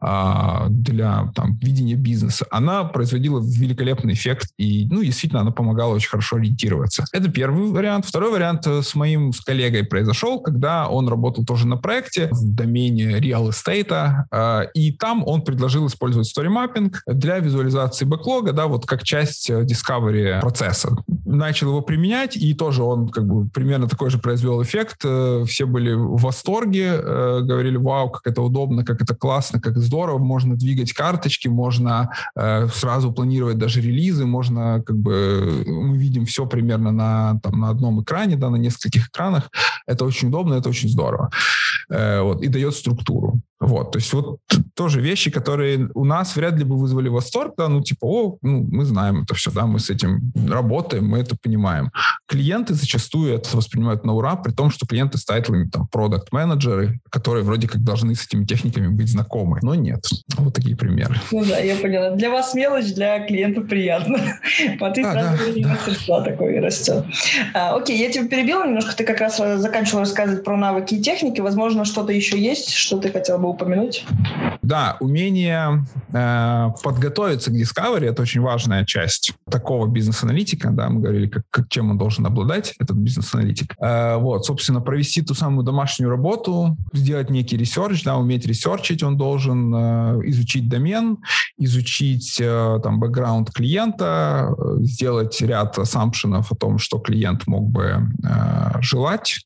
там, видения бизнеса. Она производила великолепный эффект и, ну, действительно, она помогала очень хорошо ориентироваться. Это первый вариант. Второй вариант с коллегой произошел, когда он работал тоже на проекте в домене real estate, и там он предложил использовать story mapping для визуализации бэклога, да, вот как часть discovery процесса. Начал его применять, и тоже он как бы примерно такой же произвел эффект. Все были в восторге, говорили: вау, как это удобно, как это классно, как здорово, можно двигать карточки, можно сразу планировать даже релизы, можно как бы, мы видим все примерно на одном экране, да, на нескольких экранах. Это очень удобно, это очень здорово. Вот, и дает структуру. Вот, то есть вот тоже вещи, которые у нас вряд ли бы вызвали восторг, да, ну типа, мы знаем это все, да, мы с этим работаем, мы это понимаем. Клиенты зачастую это воспринимают на ура, при том, что клиенты с тайтлами, там, продакт-менеджеры, которые вроде как должны с этими техниками быть знакомы, но нет. Вот такие примеры. Ну да, я поняла. Для вас мелочь, для клиентов приятно. Вот и сразу мастерства такое растет. Окей, я тебя перебила немножко, ты как раз заканчивала рассказывать про навыки и техники, возможно, что-то еще есть, что ты хотела бы упомянуть? Да, умение подготовиться к Discovery — это очень важная часть такого бизнес-аналитика. Да, мы говорили, чем он должен обладать, этот бизнес-аналитик. Вот, собственно, провести ту самую домашнюю работу, сделать некий ресерч, да, уметь ресерчить, он должен изучить домен, изучить там бэкграунд клиента, сделать ряд ассампшенов о том, что клиент мог бы желать,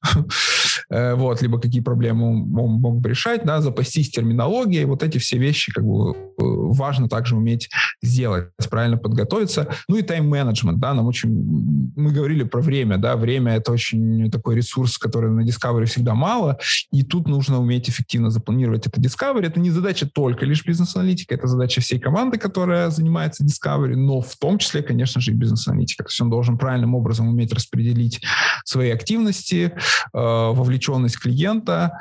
вот, либо какие проблемы он мог бы решать, да, запастись терминологией, вот эти все вещи как бы важно также уметь сделать, правильно подготовиться. Ну и тайм-менеджмент, да, мы говорили про время, да, время — это очень такой ресурс, который на Discovery всегда мало, и тут нужно уметь эффективно запланировать это Discovery. Это не задача только лишь бизнес-аналитика, это задача всей команды, которая занимается Discovery, но в том числе, конечно же, и бизнес-аналитика. То есть он должен правильным образом уметь распределить свои активности, вовлеченность клиента,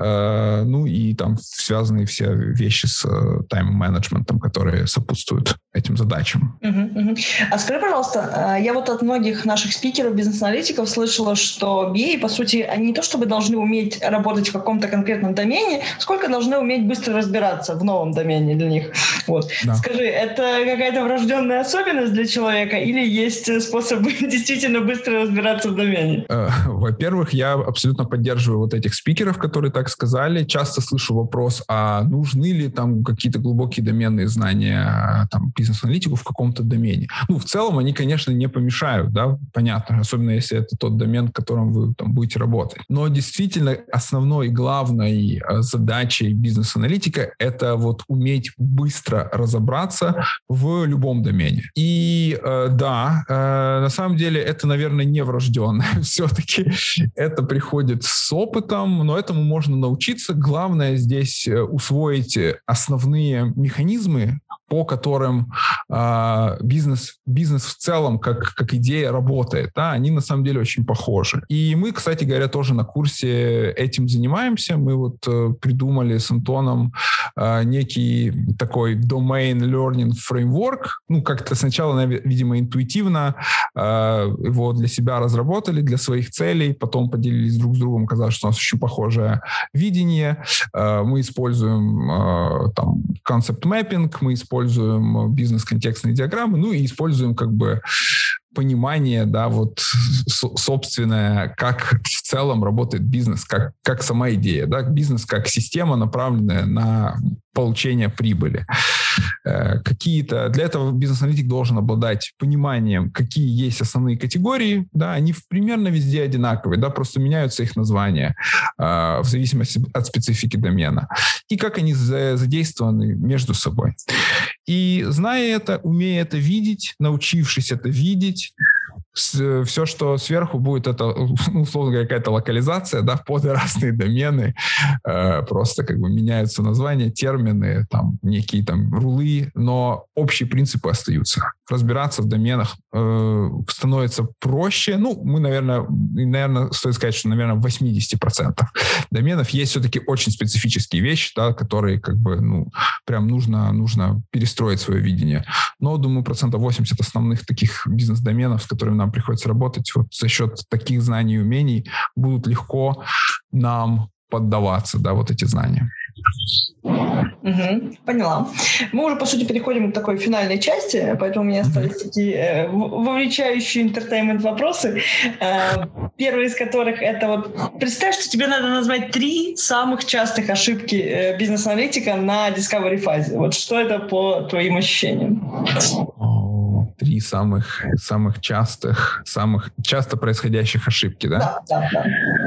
ну и там связанные все вещи с тайм-менеджментом, которые сопутствуют этим задачам. А скажи, пожалуйста, я вот от многих наших спикеров, бизнес-аналитиков слышала, что BA, по сути, они не то чтобы должны уметь работать в каком-то конкретном домене, сколько должны уметь быстро разбираться в новом домене для них. Вот. Да. Скажи, это какая-то врожденная особенность для человека или есть способы действительно быстро разбираться в домене? Во-первых, я абсолютно поддерживаю вот этих спикеров, которые так сказали. Часто слышу вопрос, а нужны ли там какие-то глубокие доменные знания, там, бизнес-аналитику в каком-то домене. Ну, в целом они, конечно, не помешают, да, понятно, особенно если это тот домен, в котором вы там будете работать. Но действительно основной и главной задачей бизнес-аналитика — это вот уметь быстро разобраться в любом домене. И да, на самом деле это, наверное, не врожденное. Все-таки это приходит с опытом, но этому можно научиться. Главное здесь усвоить основные механизмы, по которым бизнес в целом, как идея, работает. Да, они на самом деле очень похожи. И мы, кстати говоря, тоже на курсе этим занимаемся. Мы вот придумали с Антоном некий такой domain learning framework. Ну, как-то сначала, видимо, интуитивно его для себя разработали, для своих целей, потом поделились друг с другом, оказалось, что у нас очень похожее видение. Мы используем там concept mapping, мы используем бизнес-контекстные диаграммы, ну и используем как бы понимание, да, вот собственное, как в целом работает бизнес, как сама идея, да, бизнес как система, направленная на получение прибыли. Для этого бизнес-аналитик должен обладать пониманием, какие есть основные категории, да, они примерно везде одинаковые, да, просто меняются их названия в зависимости от специфики домена, и как они задействованы между собой. И зная это, умея это видеть, научившись это видеть, все, что сверху будет, это, условно говоря, какая-то локализация, да, под разные домены, просто как бы меняются названия, термины, там, некие там рулы, но общие принципы остаются. разбираться в доменах становится проще. Ну, мы, наверное, стоит сказать, что, наверное, в 80% доменов есть все-таки очень специфические вещи, да, которые как бы, ну, прям нужно перестроить свое видение. Но, думаю, 80% основных таких бизнес-доменов, с которыми нам приходится работать, вот за счет таких знаний и умений будут легко нам поддаваться, да, вот эти знания. Поняла. Мы уже, по сути, переходим к такой финальной части, поэтому у меня остались такие вовлечающие интертеймент вопросы. Первый из которых это вот... Представь, что тебе надо назвать 3 самых частых ошибки бизнес-аналитика на Discovery фазе. Вот что это по твоим ощущениям? 3 самых часто происходящих ошибки, да? Да.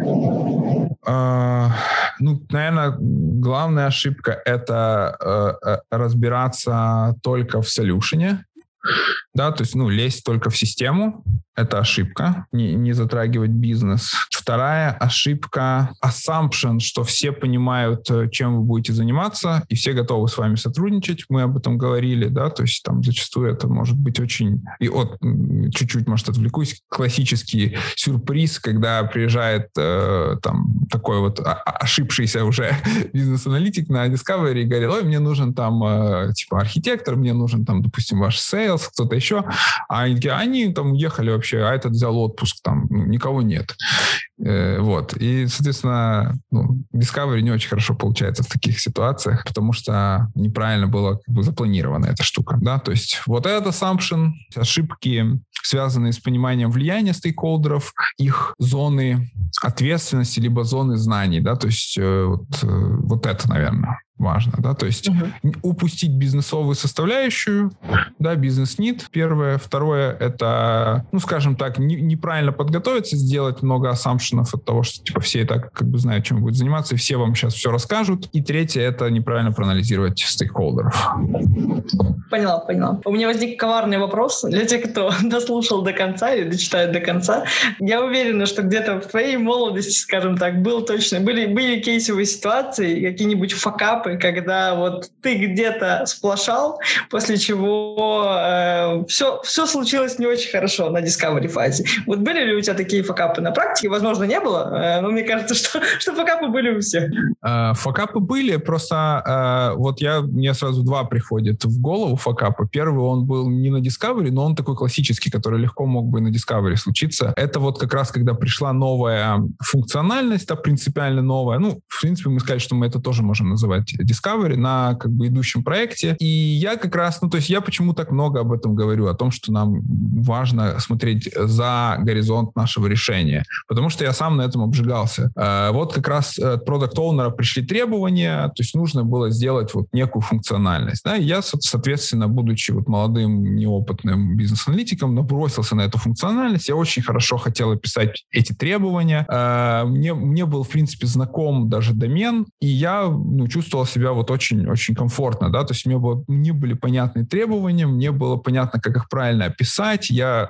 Ну, наверное, главная ошибка — это разбираться только в солюшене, да, то есть, ну, лезть только в систему. Это ошибка, не затрагивать бизнес. Вторая ошибка — assumption, что все понимают, чем вы будете заниматься, и все готовы с вами сотрудничать. Мы об этом говорили, да, то есть там зачастую это может быть очень... И вот чуть-чуть, может, отвлекусь, классический сюрприз, когда приезжает там такой вот ошибшийся уже бизнес-аналитик на Discovery и говорит: ой, мне нужен там типа архитектор, мне нужен там, допустим, ваш sales, кто-то еще. А они там уехали вообще, а этот взял отпуск, там никого нет. Вот. И, соответственно, Discovery не очень хорошо получается в таких ситуациях, потому что неправильно было как бы запланирована эта штука. Да? То есть вот этот assumption, ошибки, связанные с пониманием влияния стейкхолдеров, их зоны ответственности, либо зоны знаний. Да? То есть вот это, наверное, важно, да, то есть упустить бизнесовую составляющую, да, бизнес-нид, первое. Второе — это, ну, скажем так, неправильно подготовиться, сделать много ассампшенов от того, что, типа, все и так как бы знают, чем будут заниматься, и все вам сейчас все расскажут. И третье — это неправильно проанализировать стейкхолдеров. Поняла. У меня возник коварный вопрос для тех, кто дослушал до конца или дочитает до конца. Я уверена, что где-то в твоей молодости, скажем так, были кейсовые ситуации, какие-нибудь факапы, когда вот ты где-то сплошал, после чего все случилось не очень хорошо на Discovery фазе. Вот были ли у тебя такие факапы на практике? Возможно, не было, но мне кажется, что факапы были у всех. Факапы были, просто вот мне сразу 2 приходят в голову факапа. Первый, он был не на Discovery, но он такой классический, который легко мог бы и на Discovery случиться. Это вот как раз, когда пришла новая функциональность, принципиально новая. Ну, в принципе, мы сказали, что мы это тоже можем называть Discovery на как бы идущем проекте. И я как раз, то есть я почему так много об этом говорю, о том, что нам важно смотреть за горизонт нашего решения. Потому что я сам на этом обжигался. Вот как раз от продакт-оунера пришли требования, то есть нужно было сделать вот некую функциональность. Да? И я, соответственно, будучи вот молодым, неопытным бизнес-аналитиком, набросился на эту функциональность. Я очень хорошо хотел описать эти требования. Мне был, в принципе, знаком даже домен, и я чувствовал себя вот очень-очень комфортно, да, то есть мне были понятны требования, мне было понятно, как их правильно описать. Я,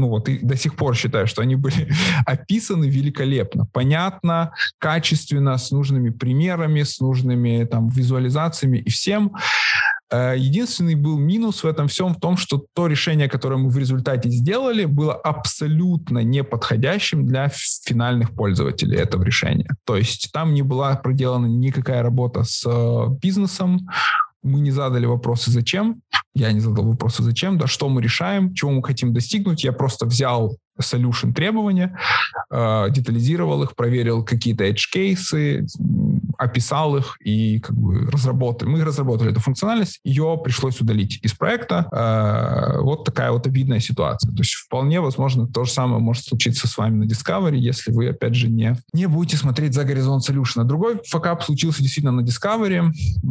и до сих пор считаю, что они были описаны великолепно, понятно, качественно, с нужными примерами, с нужными там визуализациями и всем. Единственный был минус в этом всем в том, что то решение, которое мы в результате сделали, было абсолютно неподходящим для финальных пользователей этого решения. То есть там не была проделана никакая работа с бизнесом, мы не задали вопросы «зачем?», я не задал вопросы «зачем?», да, что мы решаем, чего мы хотим достигнуть. Я просто взял solution требования, детализировал их, проверил какие-то edge-кейсы, описал их и как бы разработали. Мы разработали эту функциональность, ее пришлось удалить из проекта. Вот такая вот обидная ситуация. То есть вполне возможно то же самое может случиться с вами на Discovery, если вы, опять же, не будете смотреть за горизонт solution. Другой факап случился действительно на Discovery,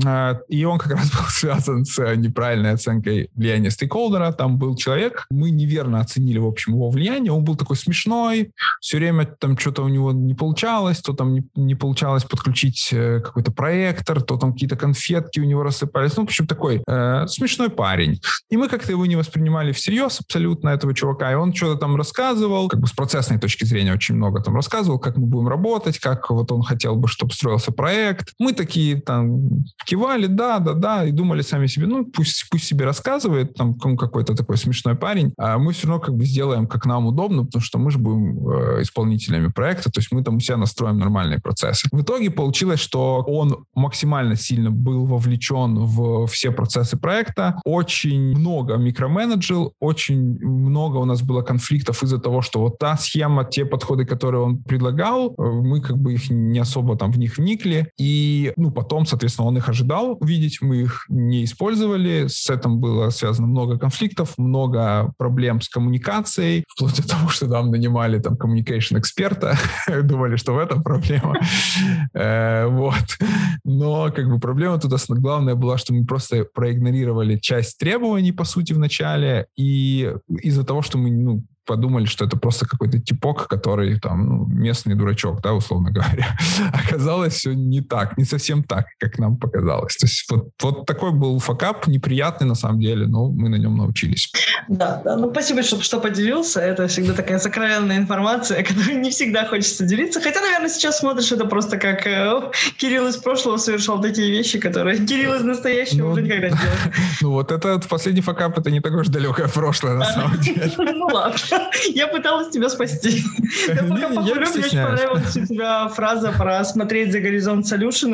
и он как раз был связан с неправильной оценкой влияния стейкхолдера. Там был человек, мы неверно оценили, в общем, его влияние. Он был такой смешной, все время там что-то у него не получалось, то там не получалось подключить какой-то проектор, то там какие-то конфетки у него рассыпались. Ну, в общем, такой смешной парень. И мы как-то его не воспринимали всерьез абсолютно, этого чувака. И он что-то там рассказывал, как бы с процессной точки зрения очень много там рассказывал, как мы будем работать, как вот он хотел бы, чтобы строился проект. Мы такие там кивали, да, и думали сами себе, ну, пусть себе рассказывает, там какой-то такой смешной парень, а мы все равно как бы сделаем, как нам удобно, потому что мы же будем исполнителями проекта, то есть мы там у себя настроим нормальные процессы. В итоге получилось, что он максимально сильно был вовлечен в все процессы проекта, очень много микроменеджил, очень много у нас было конфликтов из-за того, что вот та схема, те подходы, которые он предлагал, мы как бы их не особо там в них вникли, и ну потом, соответственно, он их ожидал увидеть, мы их не использовали, с этим было связано много конфликтов, много проблем с коммуникацией, вплоть до того, что нам нанимали там communication эксперта, думали, что в этом проблема. Вот. Но как бы проблема тут главная была, что мы просто проигнорировали часть требований, по сути, в начале, и из-за того, что мы, подумали, что это просто какой-то типок, который там, местный дурачок, да, условно говоря. Оказалось все не так, не совсем так, как нам показалось. То есть вот такой был факап, неприятный на самом деле, но мы на нем научились. Да, спасибо, что поделился. Это всегда такая сокровенная информация, которой не всегда хочется делиться. Хотя, наверное, сейчас смотришь это просто как Кирилл из прошлого совершал такие вещи, которые Кирилл из настоящего уже никогда не делает. Вот этот последний факап, это не такое уж далекое прошлое, на самом деле. Ну ладно. Я пыталась тебя спасти. Пока поговорю, мне очень понравилась у тебя фраза про смотреть за горизонт Solution.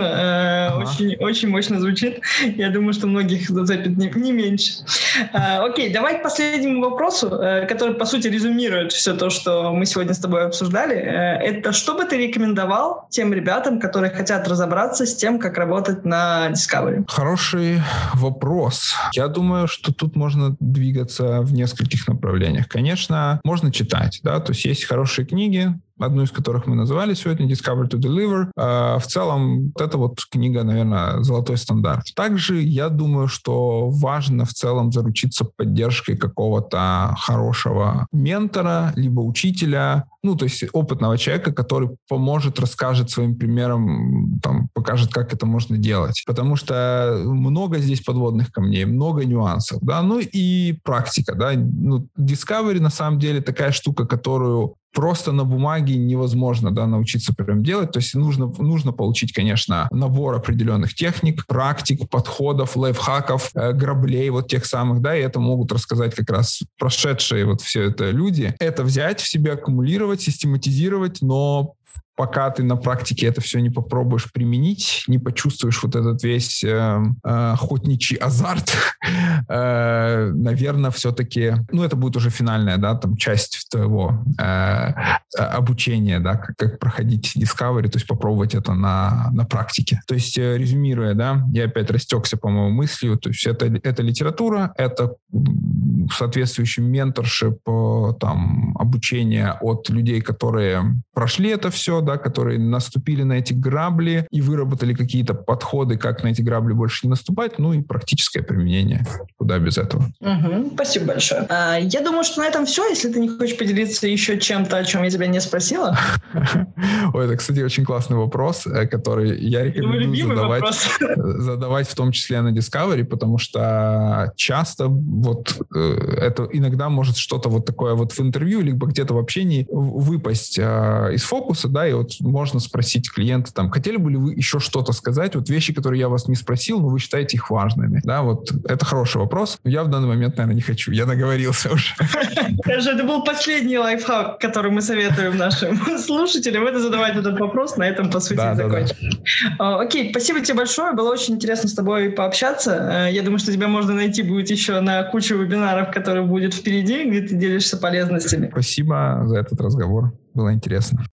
Очень мощно звучит. Я думаю, что многих зацепит не меньше. Окей, давай к последнему вопросу, который, по сути, резюмирует все то, что мы сегодня с тобой обсуждали. Это что бы ты рекомендовал тем ребятам, которые хотят разобраться с тем, как работать на Discovery? Хороший вопрос. Я думаю, что тут можно двигаться в нескольких направлениях. Конечно, можно читать, да, то есть есть хорошие книги, одну из которых мы называли сегодня Discover to Deliver. В целом, вот эта вот книга, наверное, золотой стандарт. Также я думаю, что важно в целом заручиться поддержкой какого-то хорошего ментора, либо учителя, то есть опытного человека, который поможет, расскажет своим примером, там, покажет, как это можно делать. Потому что много здесь подводных камней, много нюансов, да, и практика, да. Discovery на самом деле такая штука, которую просто на бумаге невозможно, да, научиться прям делать. То есть нужно получить, конечно, набор определенных техник, практик, подходов, лайфхаков, граблей вот тех самых, да, и это могут рассказать как раз прошедшие вот все это люди. Это взять в себе, аккумулировать, систематизировать, но пока ты на практике это все не попробуешь применить, не почувствуешь вот этот весь охотничий азарт, наверное, все-таки, это будет уже финальная, да, там часть твоего обучения, да, как проходить Discovery, то есть попробовать это на практике. То есть, резюмируя, да, я опять растекся, по-моему, мыслью, то есть это литература, это соответствующий менторшип, там, обучение от людей, которые прошли это все, да, которые наступили на эти грабли и выработали какие-то подходы, как на эти грабли больше не наступать, и практическое применение. Куда без этого. Спасибо большое. Я думаю, что на этом все, если ты не хочешь поделиться еще чем-то, о чем я тебя не спросила. Ой, это, кстати, очень классный вопрос, который я рекомендую задавать в том числе на Discovery, потому что часто вот это иногда может что-то вот такое вот в интервью либо где-то в общении выпасть из фокуса, да, и вот можно спросить клиента, там, хотели бы ли вы еще что-то сказать, вот вещи, которые я вас не спросил, но вы считаете их важными, да, вот это хороший вопрос. Я в данный момент, наверное, не хочу, я наговорился уже. Скажи, это был последний лайфхак, который мы советуем нашим слушателям, это задавать этот вопрос, на этом, по сути, закончим. Окей, спасибо тебе большое, было очень интересно с тобой пообщаться. Я думаю, что тебя можно найти будет еще на кучу вебинаров, которые будут впереди, где ты делишься полезностями. Спасибо за этот разговор, было интересно.